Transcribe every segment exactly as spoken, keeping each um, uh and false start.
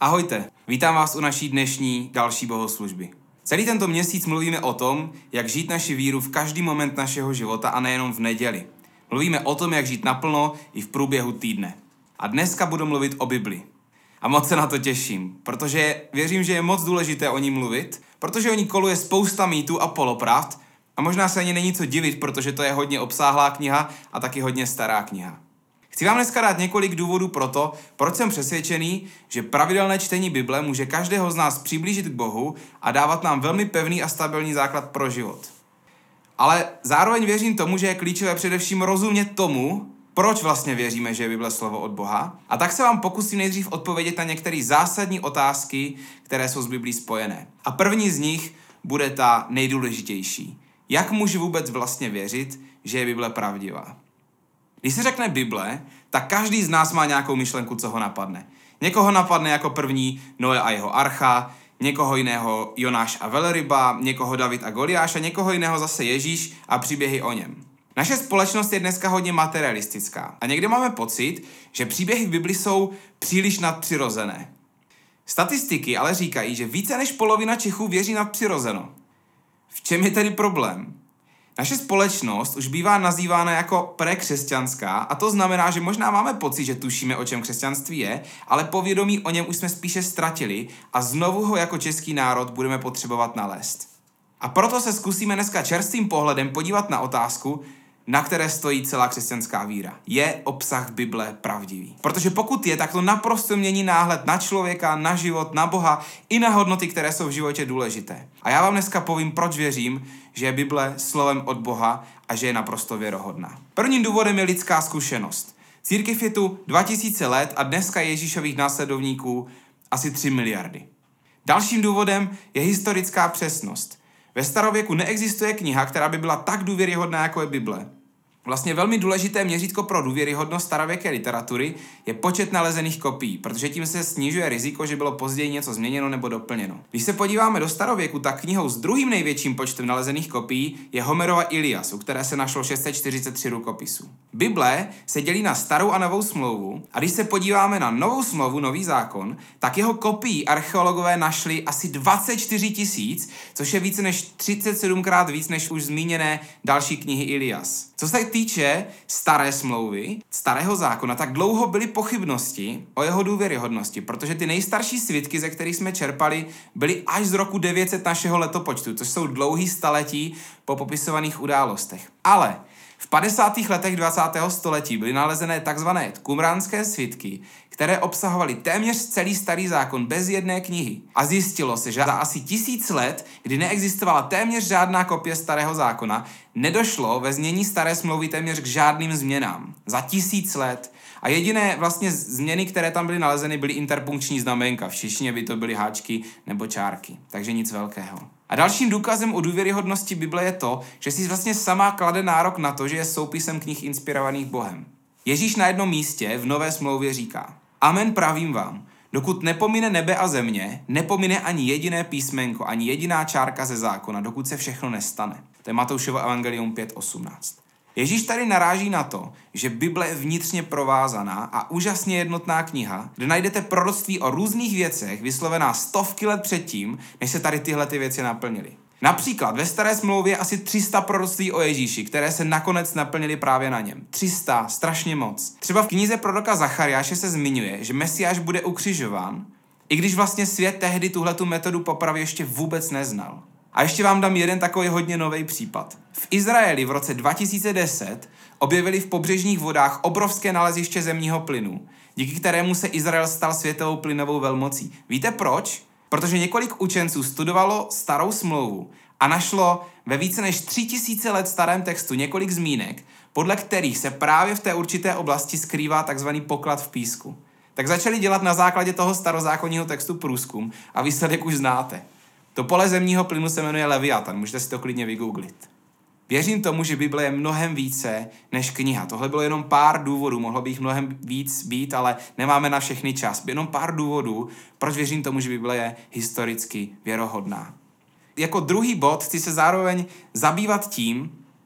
Ahojte, vítám vás u naší dnešní další bohoslužby. Celý tento měsíc mluvíme o tom, jak žít naši víru v každý moment našeho života a nejenom v neděli. Mluvíme o tom, jak žít naplno i v průběhu týdne. A dneska budu mluvit o Bibli. A moc se na to těším, protože věřím, že je moc důležité o ní mluvit, protože o ní koluje spousta mýtů a polopravd a možná se ani není co divit, protože to je hodně obsáhlá kniha a taky hodně stará kniha. Chci vám dneska dát několik důvodů pro to, proč jsem přesvědčený, že pravidelné čtení Bible může každého z nás přiblížit k Bohu a dávat nám velmi pevný a stabilní základ pro život. Ale zároveň věřím tomu, že je klíčové především rozumět tomu, proč vlastně věříme, že je Bible slovo od Boha. A tak se vám pokusím nejdřív odpovědět na některé zásadní otázky, které jsou s Biblí spojené. A první z nich bude ta nejdůležitější. Jak můžu vůbec vlastně věřit, že je Bible pravdivá? Když se řekne Bible, tak každý z nás má nějakou myšlenku, co ho napadne. Někoho napadne jako první Noé a jeho archa, někoho jiného Jonáš a velryba, někoho David a Goliáš a někoho jiného zase Ježíš a příběhy o něm. Naše společnost je dneska hodně materialistická a někdy máme pocit, že příběhy v Bibli jsou příliš nadpřirozené. Statistiky ale říkají, že více než polovina Čechů věří nadpřirozeno. V čem je tedy problém? Naše společnost už bývá nazývána jako prekřesťanská a to znamená, že možná máme pocit, že tušíme, o čem křesťanství je, ale povědomí o něm už jsme spíše ztratili a znovu ho jako český národ budeme potřebovat nalézt. A proto se zkusíme dneska čerstvým pohledem podívat na otázku, na které stojí celá křesťanská víra. Je obsah Bible pravdivý? Protože pokud je, tak to naprosto mění náhled na člověka, na život, na Boha i na hodnoty, které jsou v životě důležité. A já vám dneska povím, proč věřím, že je Bible slovem od Boha a že je naprosto věrohodná. Prvním důvodem je lidská zkušenost. Církev je tu dva tisíce let a dneska je Ježíšových následovníků asi tři miliardy. Dalším důvodem je historická přesnost. Ve starověku neexistuje kniha, která by byla tak důvěryhodná, jako je Bible. Vlastně velmi důležité měřítko pro důvěryhodnost starověké literatury je počet nalezených kopií, protože tím se snižuje riziko, že bylo později něco změněno nebo doplněno. Když se podíváme do starověku, tak knihou s druhým největším počtem nalezených kopií je Homerova Ilias, u které se našlo šest set čtyřicet tři rukopisů. Bible se dělí na starou a novou smlouvu a když se podíváme na novou smlouvu, nový zákon, tak jeho kopií archeologové našli asi dvacet čtyři tisíc, což je více než třicet sedmkrát víc než už zmíněné další knihy Ilias. Co se týče staré smlouvy, starého zákona, tak dlouho byly pochybnosti o jeho důvěryhodnosti, protože ty nejstarší svitky, ze kterých jsme čerpali, byly až z roku devět set našeho letopočtu, což jsou dlouhý staletí po popisovaných událostech. Ale v padesátých letech dvacátého století byly nalezené takzvané qumránské svitky, které obsahovaly téměř celý starý zákon bez jedné knihy. A zjistilo se, že za asi tisíc let, kdy neexistovala téměř žádná kopie starého zákona, nedošlo ve znění staré smlouvy téměř k žádným změnám. Za tisíc let. A jediné vlastně změny, které tam byly nalezeny, byly interpunkční znamenka. V češtině by to byly háčky nebo čárky. Takže nic velkého. A dalším důkazem o důvěryhodnosti Bible je to, že si vlastně sama klade nárok na to, že je soupisem knih inspirovaných Bohem. Ježíš na jednom místě v Nové smlouvě říká: Amen, pravím vám, dokud nepomine nebe a země, nepomine ani jediné písmenko, ani jediná čárka ze zákona, dokud se všechno nestane. To je Matoušovo evangelium pět osmnáct. Ježíš tady naráží na to, že Bible je vnitřně provázaná a úžasně jednotná kniha, kde najdete proroctví o různých věcech vyslovená stovky let předtím, než se tady tyhle ty věci naplnily. Například ve staré smlouvě asi tři sta proroctví o Ježíši, které se nakonec naplnily právě na něm. tři sta, strašně moc. Třeba v knize proroka Zachariáše se zmiňuje, že Mesiáš bude ukřižován, i když vlastně svět tehdy tuhletu metodu popravy ještě vůbec neznal. A ještě vám dám jeden takový hodně nový případ. V Izraeli v roce dva tisíce deset objevili v pobřežních vodách obrovské naleziště zemního plynu, díky kterému se Izrael stal světovou plynovou velmocí. Víte proč? Protože několik učenců studovalo starou smlouvu a našlo ve více než tři tisíce let starém textu několik zmínek, podle kterých se právě v té určité oblasti skrývá takzvaný poklad v písku. Tak začali dělat na základě toho starozákonního textu průzkum a výsledek už znáte. To pole zemního plynu se jmenuje Leviatan, můžete si to klidně vygooglit. Věřím tomu, že Bible je mnohem více než kniha. Tohle bylo jenom pár důvodů, mohlo by jich mnohem víc být, ale nemáme na všechny čas. Jenom pár důvodů, proč věřím tomu, že Bible je historicky věrohodná. Jako druhý bod chci se zároveň zabývat tím,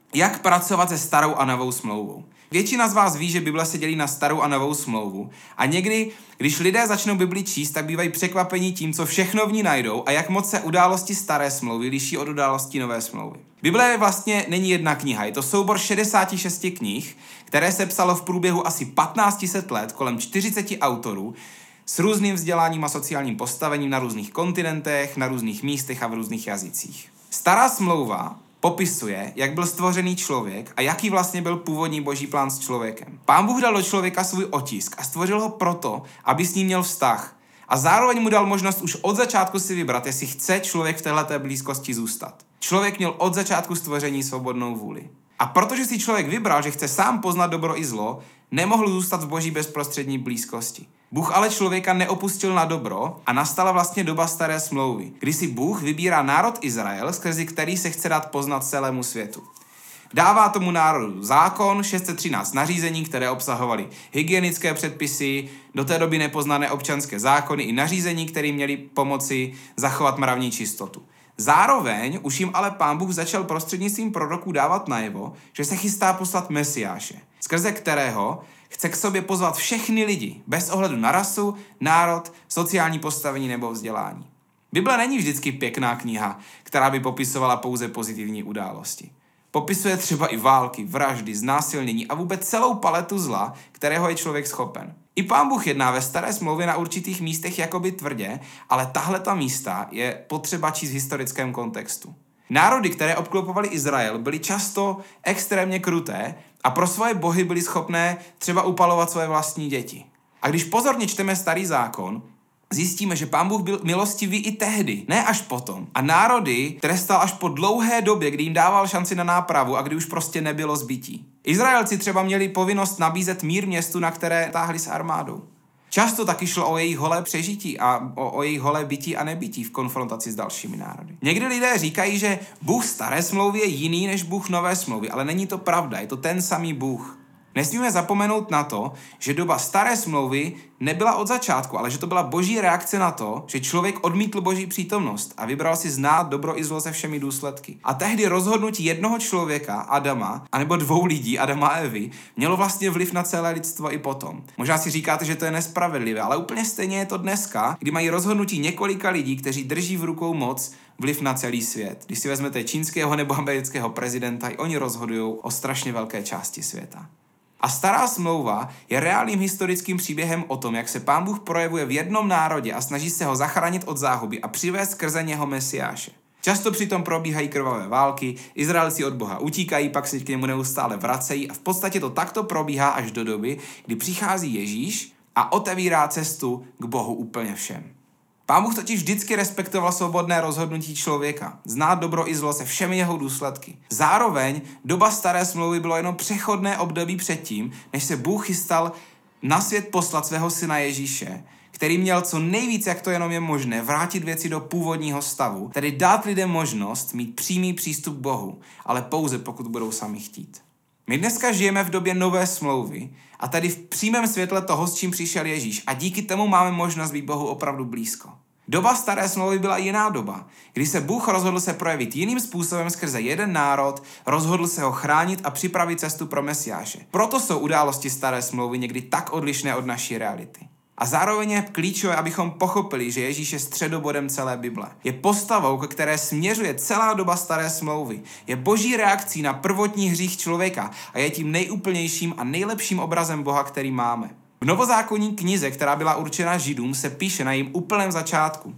Jak pracovat se starou a novou smlouvou? Většina z vás ví, že Bible se dělí na starou a novou smlouvu a někdy, když lidé začnou Bibli číst, tak bývají překvapení tím, co všechno v ní najdou a jak moc se události staré smlouvy liší od událostí nové smlouvy. Bible vlastně není jedna kniha, je to soubor šedesáti šesti knih, které se psalo v průběhu asi patnáct set let kolem čtyřiceti autorů s různým vzděláním a sociálním postavením na různých kontinentech, na různých místech a v různých jazycích. Stará smlouva popisuje, jak byl stvořený člověk a jaký vlastně byl původní boží plán s člověkem. Pán Bůh dal do člověka svůj otisk a stvořil ho proto, aby s ním měl vztah. A zároveň mu dal možnost už od začátku si vybrat, jestli chce člověk v téhleté blízkosti zůstat. Člověk měl od začátku stvoření svobodnou vůli. A protože si člověk vybral, že chce sám poznat dobro i zlo, nemohl zůstat v boží bezprostřední blízkosti. Bůh ale člověka neopustil na dobro a nastala vlastně doba staré smlouvy, kdy si Bůh vybírá národ Izrael, skrze který se chce dát poznat celému světu. Dává tomu národu zákon, šest set třináct nařízení, které obsahovaly hygienické předpisy, do té doby nepoznané občanské zákony i nařízení, které měly pomoci zachovat mravní čistotu. Zároveň už jim ale Pán Bůh začal prostřednictvím proroků dávat najevo, že se chystá poslat Mesiáše, skrze kterého chce k sobě pozvat všechny lidi, bez ohledu na rasu, národ, sociální postavení nebo vzdělání. Bible není vždycky pěkná kniha, která by popisovala pouze pozitivní události. Popisuje třeba i války, vraždy, znásilnění a vůbec celou paletu zla, kterého je člověk schopen. I Pán Bůh jedná ve staré smlouvě na určitých místech jakoby tvrdě, ale tahle ta místa je potřeba číst v historickém kontextu. Národy, které obklopovaly Izrael, byly často extrémně kruté a pro svoje bohy byly schopné třeba upalovat svoje vlastní děti. A když pozorně čteme Starý zákon, zjistíme, že Pán Bůh byl milostivý i tehdy, ne až potom. A národy trestal až po dlouhé době, kdy jim dával šanci na nápravu a kdy už prostě nebylo zbytí. Izraelci třeba měli povinnost nabízet mír městu, na které táhli s armádou. Často taky šlo o jejich holé přežití a o, o jejich holé bytí a nebytí v konfrontaci s dalšími národy. Někdy lidé říkají, že Bůh staré smlouvy je jiný než Bůh nové smlouvy, ale není to pravda, je to ten samý Bůh. Nesmíme zapomenout na to, že doba staré smlouvy nebyla od začátku, ale že to byla boží reakce na to, že člověk odmítl boží přítomnost a vybral si znát dobro i zlo se všemi důsledky. A tehdy rozhodnutí jednoho člověka, Adama, anebo dvou lidí, Adama a Evy, mělo vlastně vliv na celé lidstvo i potom. Možná si říkáte, že to je nespravedlivé, ale úplně stejně je to dneska, kdy mají rozhodnutí několika lidí, kteří drží v rukou moc, vliv na celý svět. Když si vezmete čínského nebo amerického prezidenta, i oni rozhodují o strašně velké části světa. A stará smlouva je reálným historickým příběhem o tom, jak se Pán Bůh projevuje v jednom národě a snaží se ho zachránit od záhuby a přivést skrze něho Mesiáše. Často přitom probíhají krvavé války, Izraelci od Boha utíkají, pak se k němu neustále vracejí a v podstatě to takto probíhá až do doby, kdy přichází Ježíš a otevírá cestu k Bohu úplně všem. Pán Bůh totiž vždycky respektoval svobodné rozhodnutí člověka, znát dobro i zlo se všemi jeho důsledky. Zároveň doba staré smlouvy bylo jenom přechodné období předtím, než se Bůh chystal na svět poslat svého syna Ježíše, který měl co nejvíc, jak to jenom je možné, vrátit věci do původního stavu, tedy dát lidem možnost mít přímý přístup k Bohu, ale pouze pokud budou sami chtít. My dneska žijeme v době nové smlouvy a tady v přímém světle toho, s čím přišel Ježíš a díky tomu máme možnost být Bohu opravdu blízko. Doba staré smlouvy byla jiná doba, kdy se Bůh rozhodl se projevit jiným způsobem skrze jeden národ, rozhodl se ho chránit a připravit cestu pro Mesiáše. Proto jsou události staré smlouvy někdy tak odlišné od naší reality. A zároveň je klíčové, abychom pochopili, že Ježíš je středobodem celé Bible. Je postavou, ke které směřuje celá doba staré smlouvy. Je boží reakcí na prvotní hřích člověka a je tím nejúplnějším a nejlepším obrazem Boha, který máme. V novozákonní knize, která byla určena Židům, se píše na jejím úplném začátku.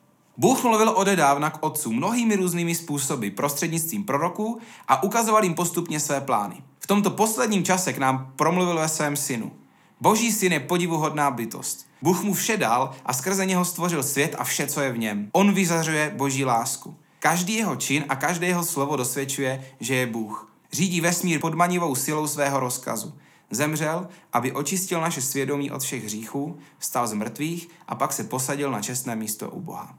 Bůh mluvil odedávna k otcům mnohými různými způsoby, prostřednictvím proroků a ukazoval jim postupně své plány. V tomto posledním čase k nám promluvil ve svém synu. Boží syn je podivuhodná bytost. Bůh mu vše dal a skrze něho stvořil svět a vše, co je v něm. On vyzařuje boží lásku. Každý jeho čin a každé jeho slovo dosvědčuje, že je Bůh. Řídí vesmír podmanivou silou svého rozkazu. Zemřel, aby očistil naše svědomí od všech hříchů, vstal z mrtvých a pak se posadil na čestné místo u Boha.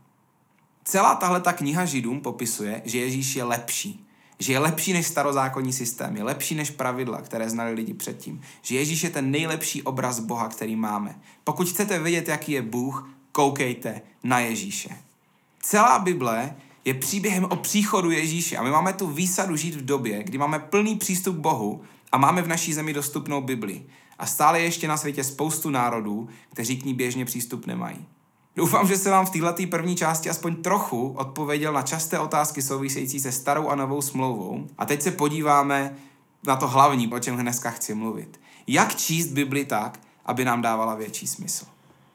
Celá tahleta kniha Židům popisuje, že Ježíš je lepší. Že je lepší než starozákonní systém, je lepší než pravidla, které znali lidi předtím. Že Ježíš je ten nejlepší obraz Boha, který máme. Pokud chcete vědět, jaký je Bůh, koukejte na Ježíše. Celá Bible je příběhem o příchodu Ježíše. A my máme tu výsadu žít v době, kdy máme plný přístup k Bohu a máme v naší zemi dostupnou Bibli. A stále je ještě na světě spoustu národů, kteří k ní běžně přístup nemají. Doufám, že se vám v této první části aspoň trochu odpověděl na časté otázky související se starou a novou smlouvou. A teď se podíváme na to hlavní, o čem dneska chci mluvit. Jak číst Bibli tak, aby nám dávala větší smysl?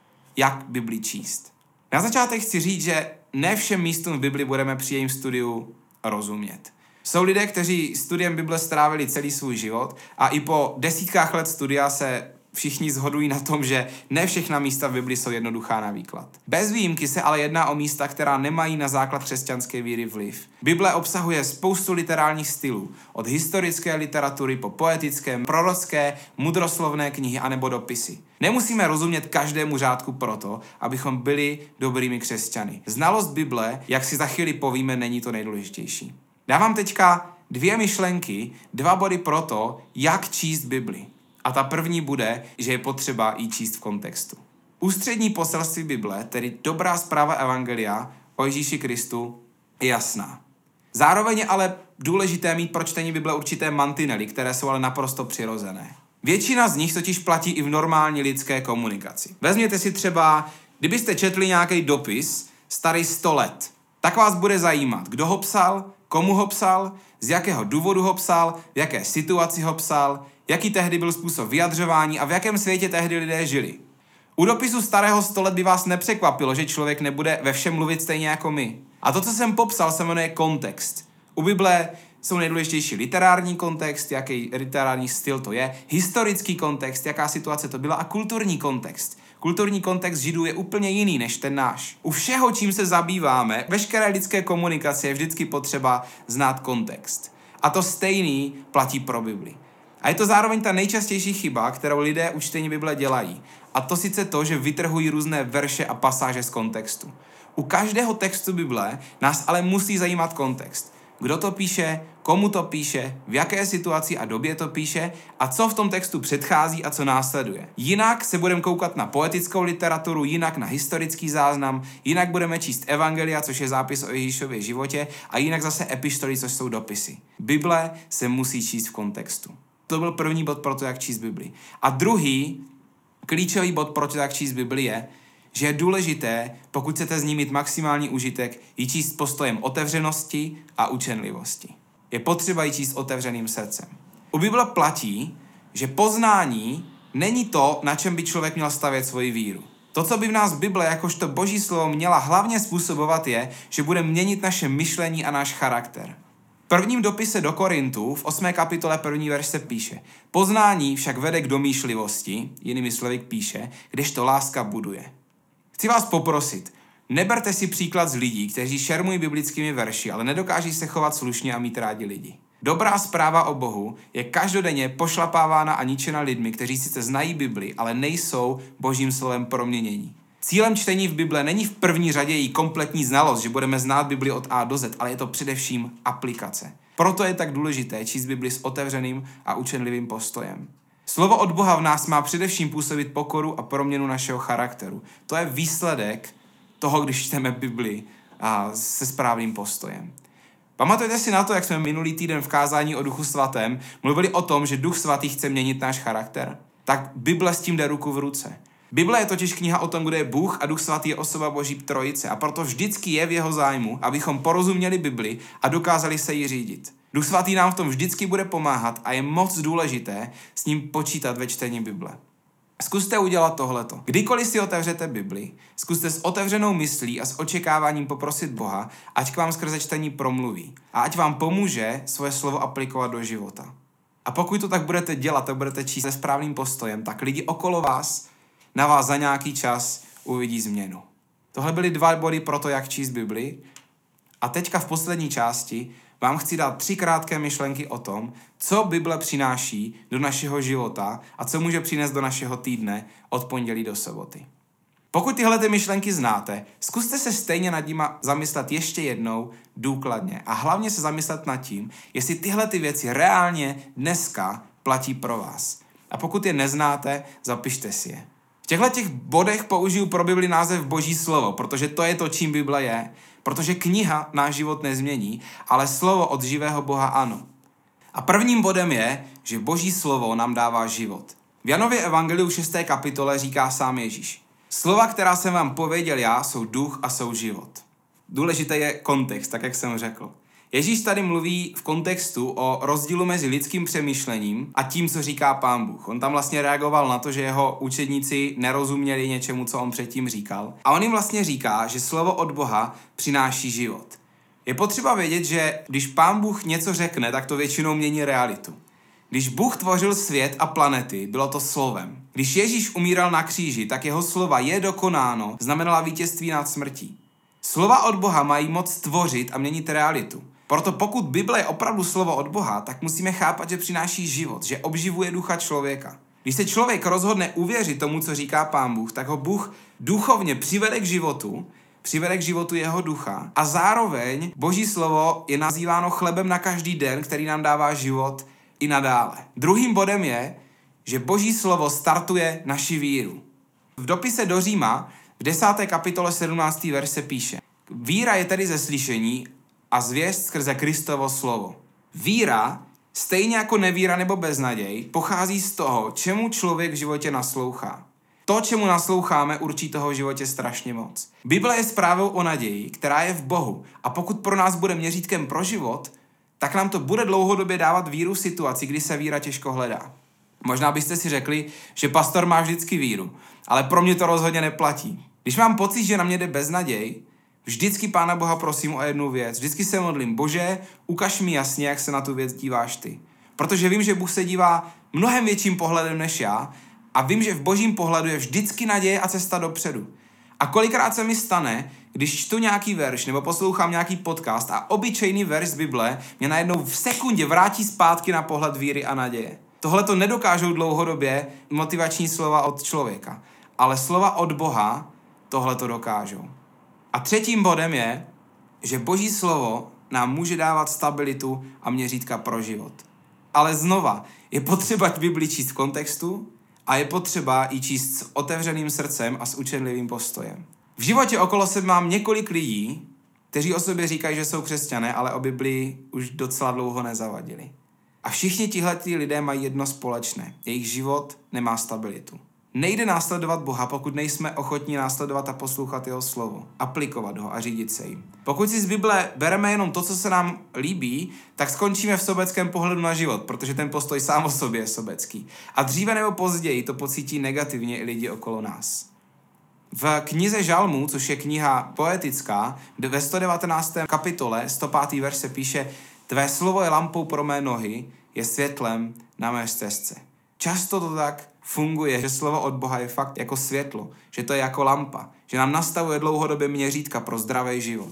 Jak Bibli číst? Na začátek chci říct, že ne všem místům v Bibli budeme při jejím studiu rozumět. Jsou lidé, kteří studiem Bible strávili celý svůj život a i po desítkách let studia se všichni shodují na tom, že ne všechna místa v Bibli jsou jednoduchá na výklad. Bez výjimky se ale jedná o místa, která nemají na základ křesťanské víry vliv. Bible obsahuje spoustu literárních stylů, od historické literatury po poetické, prorocké, mudroslovné knihy anebo dopisy. Nemusíme rozumět každému řádku proto, abychom byli dobrými křesťany. Znalost Bible, jak si za chvíli povíme, není to nejdůležitější. Dávám teďka dvě myšlenky, dva body pro to, jak číst Bibli. A ta první bude, že je potřeba ji číst v kontextu. Ústřední poselství Bible, tedy dobrá zpráva evangelia o Ježíši Kristu, je jasná. Zároveň je ale důležité mít pro čtení Bible určité mantinely, které jsou ale naprosto přirozené. Většina z nich totiž platí i v normální lidské komunikaci. Vezměte si třeba, kdybyste četli nějaký dopis starý sto let, tak vás bude zajímat, kdo ho psal, komu ho psal, z jakého důvodu ho psal, v jaké situaci ho psal, jaký tehdy byl způsob vyjadřování a v jakém světě tehdy lidé žili. U dopisu starého sto let by vás nepřekvapilo, že člověk nebude ve všem mluvit stejně jako my. A to, co jsem popsal, se jmenuje kontext. U Bible jsou nejdůležitější literární kontext, jaký literární styl to je, historický kontext, jaká situace to byla a kulturní kontext. Kulturní kontext Židů je úplně jiný než ten náš. U všeho, čím se zabýváme, veškeré lidské komunikace je vždycky potřeba znát kontext. A to stejný platí pro Bibli. A je to zároveň ta nejčastější chyba, kterou lidé u čtení Bible dělají. A to sice to, že vytrhují různé verše a pasáže z kontextu. U každého textu Bible nás ale musí zajímat kontext. Kdo to píše, komu to píše, v jaké situaci a době to píše a co v tom textu předchází a co následuje. Jinak se budeme koukat na poetickou literaturu, jinak na historický záznam, jinak budeme číst evangelia, což je zápis o Ježíšově životě, a jinak zase epištoly, což jsou dopisy. Bible se musí číst v kontextu. To byl první bod pro to, jak číst Bibli. A druhý, klíčový bod pro to, jak číst Bibli je, že je důležité, pokud chcete z ní mít maximální užitek, ji číst postojem otevřenosti a učenlivosti. Je potřeba ji číst otevřeným srdcem. U Bible platí, že poznání není to, na čem by člověk měl stavět svoji víru. To, co by v nás Bible jakožto Boží slovo měla hlavně způsobovat, je, že bude měnit naše myšlení a náš charakter. V prvním dopise do Korintů v osmé kapitole první verš se píše: Poznání však vede k domýšlivosti, jinými slovy píše, kdežto láska buduje. Chci vás poprosit, neberte si příklad z lidí, kteří šermují biblickými verši, ale nedokáží se chovat slušně a mít rádi lidi. Dobrá zpráva o Bohu je každodenně pošlapávána a ničena lidmi, kteří sice znají Bibli, ale nejsou Božím slovem proměnění. Cílem čtení v Bible není v první řadě její kompletní znalost, že budeme znát Bibli od A do Z, ale je to především aplikace. Proto je tak důležité číst Bibli s otevřeným a učenlivým postojem. Slovo od Boha v nás má především působit pokoru a proměnu našeho charakteru. To je výsledek toho, když čteme Bibli a se správným postojem. Pamatujete si na to, jak jsme minulý týden v kázání o Duchu svatém mluvili o tom, že Duch svatý chce měnit náš charakter? Tak Bible s tím jde ruku v ruce. Bible je totiž kniha o tom, kdo je Bůh a Duch svatý je osoba Boží trojice a proto vždycky je v jeho zájmu, abychom porozuměli Bibli a dokázali se jí řídit. Duch svatý nám v tom vždycky bude pomáhat a je moc důležité s ním počítat ve čtení Bible. Zkuste udělat tohleto. Kdykoliv si otevřete Bibli, zkuste s otevřenou myslí a s očekáváním poprosit Boha, ať k vám skrze čtení promluví a ať vám pomůže svoje slovo aplikovat do života. A pokud to tak budete dělat a budete číst se správným postojem, tak lidi okolo vás na vás za nějaký čas uvidí změnu. Tohle byly dva body pro to, jak číst Bibli. A teďka v poslední části vám chci dát tři krátké myšlenky o tom, co Bible přináší do našeho života a co může přinést do našeho týdne od pondělí do soboty. Pokud tyhle ty myšlenky znáte, zkuste se stejně nad nima zamyslet ještě jednou důkladně a hlavně se zamyslet nad tím, jestli tyhle ty věci reálně dneska platí pro vás. A pokud je neznáte, zapište si je. V těchto těch bodech použiju pro Bibli název Boží slovo, protože to je to, čím Bible je. Protože kniha náš život nezmění, ale slovo od živého Boha ano. A prvním bodem je, že Boží slovo nám dává život. V Janově evangeliu šesté kapitole říká sám Ježíš: Slova, která jsem vám pověděl já, jsou duch a jsou život. Důležitý je kontext, tak jak jsem řekl. Ježíš tady mluví v kontextu o rozdílu mezi lidským přemýšlením a tím, co říká Pán Bůh. On tam vlastně reagoval na to, že jeho učedníci nerozuměli něčemu, co on předtím říkal. A on jim vlastně říká, že slovo od Boha přináší život. Je potřeba vědět, že když Pán Bůh něco řekne, tak to většinou mění realitu. Když Bůh tvořil svět a planety, bylo to slovem. Když Ježíš umíral na kříži, tak jeho slova je dokonáno znamenala vítězství nad smrtí. Slova od Boha mají moc tvořit a měnit realitu. Proto pokud Bible je opravdu slovo od Boha, tak musíme chápat, že přináší život, že obživuje ducha člověka. Když se člověk rozhodne uvěřit tomu, co říká Pán Bůh, tak ho Bůh duchovně přivede k životu, přivede k životu jeho ducha a zároveň Boží slovo je nazýváno chlebem na každý den, který nám dává život i nadále. Druhým bodem je, že Boží slovo startuje naši víru. V dopise do Říma v desáté kapitole sedmnáctý verš se píše: Víra je tedy ze slyšení a zvěst skrze Kristovo slovo. Víra, stejně jako nevíra nebo beznaděj, pochází z toho, čemu člověk v životě naslouchá. To, čemu nasloucháme, určí toho v životě strašně moc. Bible je zprávou o naději, která je v Bohu, a pokud pro nás bude měřítkem pro život, tak nám to bude dlouhodobě dávat víru v situaci, kdy se víra těžko hledá. Možná byste si řekli, že pastor má vždycky víru, ale pro mě to rozhodně neplatí. Když mám pocit, že na mě jde beznaděj, vždycky Pána Boha prosím o jednu věc. Vždycky se modlím: Bože, ukaž mi jasně, jak se na tu věc díváš ty. Protože vím, že Bůh se dívá mnohem větším pohledem než já a vím, že v Božím pohledu je vždycky naděje a cesta dopředu. A kolikrát se mi stane, když čtu nějaký verš nebo poslouchám nějaký podcast a obyčejný verš z Bible mě najednou v sekundě vrátí zpátky na pohled víry a naděje. Tohle to nedokážou dlouhodobě motivační slova od člověka, ale slova od Boha tohle to dokážou. A třetím bodem je, že Boží slovo nám může dávat stabilitu a měřítka pro život. Ale znova, je potřeba Bibli číst v kontextu a je potřeba ji číst s otevřeným srdcem a s učenlivým postojem. V životě okolo sebe mám několik lidí, kteří o sobě říkají, že jsou křesťané, ale o Biblii už docela dlouho nezavadili. A všichni tihleti lidé mají jedno společné. Jejich život nemá stabilitu. Nejde následovat Boha, pokud nejsme ochotní následovat a poslouchat jeho slovo, aplikovat ho a řídit se jim. Pokud si z Bible bereme jenom to, co se nám líbí, tak skončíme v sobeckém pohledu na život, protože ten postoj sám o sobě je sobecký. A dříve nebo později to pocítí negativně i lidi okolo nás. V knize Žalmů, což je kniha poetická, ve sto devatenácté kapitole, sto pátý verš se píše: Tvé slovo je lampou pro mé nohy, je světlem na mé stezce. Často to tak funguje, že slovo od Boha je fakt jako světlo, že to je jako lampa, že nám nastavuje dlouhodobě měřítka pro zdravý život.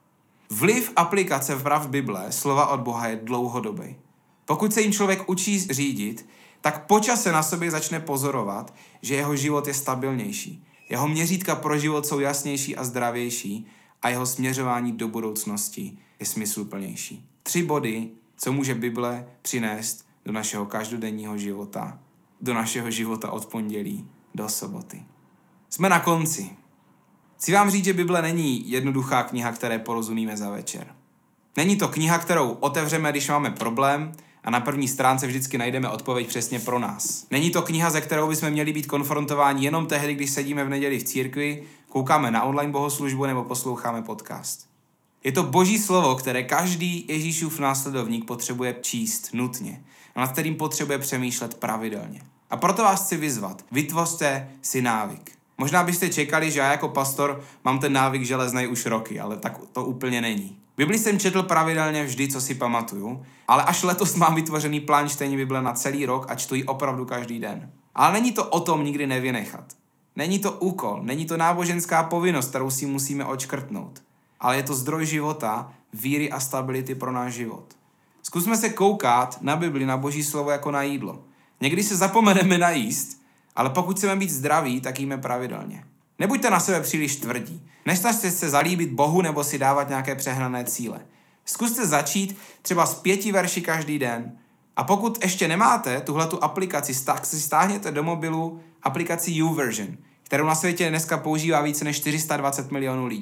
Vliv aplikace v prav Bible, slova od Boha, je dlouhodobý. Pokud se jim člověk učí řídit, tak po čase na sobě začne pozorovat, že jeho život je stabilnější. Jeho měřítka pro život jsou jasnější a zdravější a jeho směřování do budoucnosti je smysluplnější. Tři body, co může Bible přinést do našeho každodenního života, do našeho života od pondělí do soboty. Jsme na konci. Chci vám říct, že Bible není jednoduchá kniha, které porozumíme za večer. Není to kniha, kterou otevřeme, když máme problém a na první stránce vždycky najdeme odpověď přesně pro nás. Není to kniha, ze kterou bychom měli být konfrontováni jenom tehdy, když sedíme v neděli v církvi, koukáme na online bohoslužbu nebo posloucháme podcast. Je to Boží slovo, které každý Ježíšův následovník potřebuje číst nutně, nad kterým potřebuje přemýšlet pravidelně. A proto vás chci vyzvat, vytvořte si návyk. Možná byste čekali, že já jako pastor mám ten návyk železnej už roky, ale tak to úplně není. Bibli jsem četl pravidelně vždy, co si pamatuju, ale až letos mám vytvořený plán čtení Bible na celý rok a čtu ji opravdu každý den. Ale není to o tom nikdy nevynechat. Není to úkol, není to náboženská povinnost, kterou si musíme odškrtnout. Ale je to zdroj života, víry a stability pro náš život. Zkusme se koukat na Bibli, na Boží slovo jako na jídlo. Někdy se zapomeneme najíst, ale pokud chceme být zdraví, tak jíme pravidelně. Nebuďte na sebe příliš tvrdí. Nesnažte se zalíbit Bohu nebo si dávat nějaké přehnané cíle. Zkuste začít třeba s pěti verši každý den. A pokud ještě nemáte tuhletu aplikaci, tak si stáhněte do mobilu aplikaci YouVersion, kterou na světě dneska používá více než čtyři sta dvacet milionů lidí.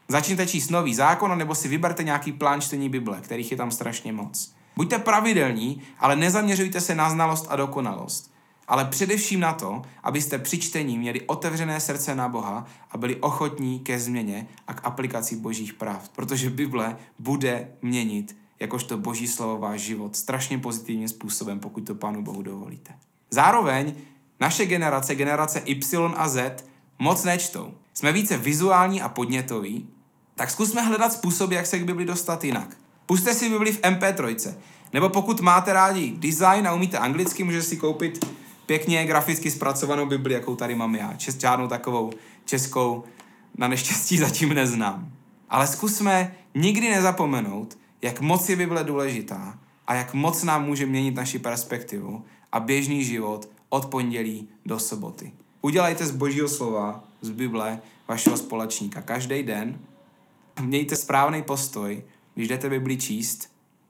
Začněte číst nový zákon, nebo si vyberte nějaký plán čtení Bible, kterých je tam strašně moc. Buďte pravidelní, ale nezaměřujte se na znalost a dokonalost. Ale především na to, abyste při čtení měli otevřené srdce na Boha a byli ochotní ke změně a k aplikaci božích pravd. Protože Bible bude měnit jakožto boží slovo váš život strašně pozitivním způsobem, pokud to Pánu Bohu dovolíte. Zároveň naše generace, generace Y a Z, moc nečtou. Jsme více vizuální a podnětoví, tak zkusme hledat způsoby, jak se k Bibli dostat jinak. Pusťte si Bibli v em pé tři, nebo pokud máte rádi design a umíte anglicky, můžete si koupit pěkně graficky zpracovanou Bibli, jakou tady mám já. Čes, žádnou takovou českou na neštěstí zatím neznám. Ale zkusme nikdy nezapomenout, jak moc je Bible důležitá a jak moc nám může měnit naši perspektivu a běžný život od pondělí do soboty. Udělejte z božího slova, z Bible, vašeho společníka každý den. Mějte správný postoj, když jdete Bibli číst,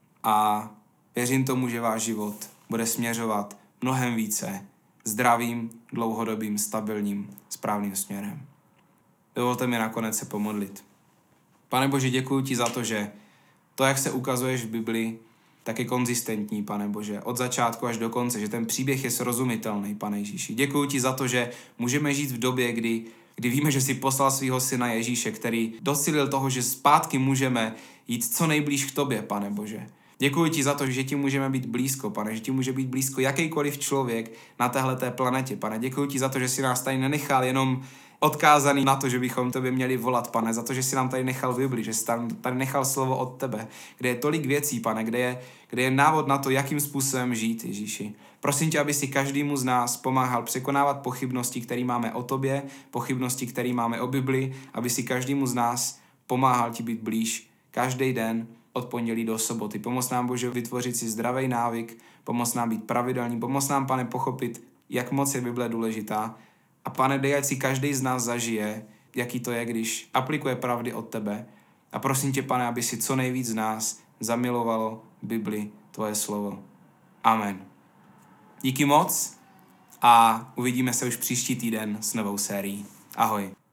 a věřím tomu, že váš život bude směřovat mnohem více zdravým, dlouhodobým, stabilním, správným směrem. Dovolte mi nakonec se pomodlit. Pane Bože, děkuji ti za to, že to, jak se ukazuješ v Bibli, tak je konzistentní, Pane Bože, od začátku až do konce, že ten příběh je srozumitelný, Pane Ježíši. Děkuji ti za to, že můžeme žít v době, kdy, kdy víme, že jsi poslal svého syna Ježíše, který docílil toho, že zpátky můžeme jít co nejblíž k tobě, Pane Bože. Děkuji ti za to, že ti můžeme být blízko, Pane, že ti může být blízko jakýkoliv člověk na téhleté planetě, Pane. Děkuji ti za to, že jsi nás tady nenechal jenom odkázaný na to, že bychom tobě měli volat, Pane, za to, že jsi nám tady nechal Bibli, že jsi tam tady nechal slovo od tebe, kde je tolik věcí, Pane, kde je, kde je návod na to, jakým způsobem žít, Ježíši. Prosím tě, aby si každému z nás pomáhal překonávat pochybnosti, které máme o tobě, pochybnosti, které máme o Bibli, aby si každému z nás pomáhal ti být blíž každý den od pondělí do soboty. Pomoz nám, Bože, vytvořit si zdravý návyk, pomoz nám být pravidelný, pomoz nám, Pane, pochopit, jak moc je Bible důležitá. A Pane, dej, ať si každý z nás zažije, jaký to je, když aplikuje pravdy od tebe. A prosím tě, Pane, aby si co nejvíc z nás zamilovalo Bibli, tvoje slovo. Amen. Díky moc a uvidíme se už příští týden s novou sérií. Ahoj.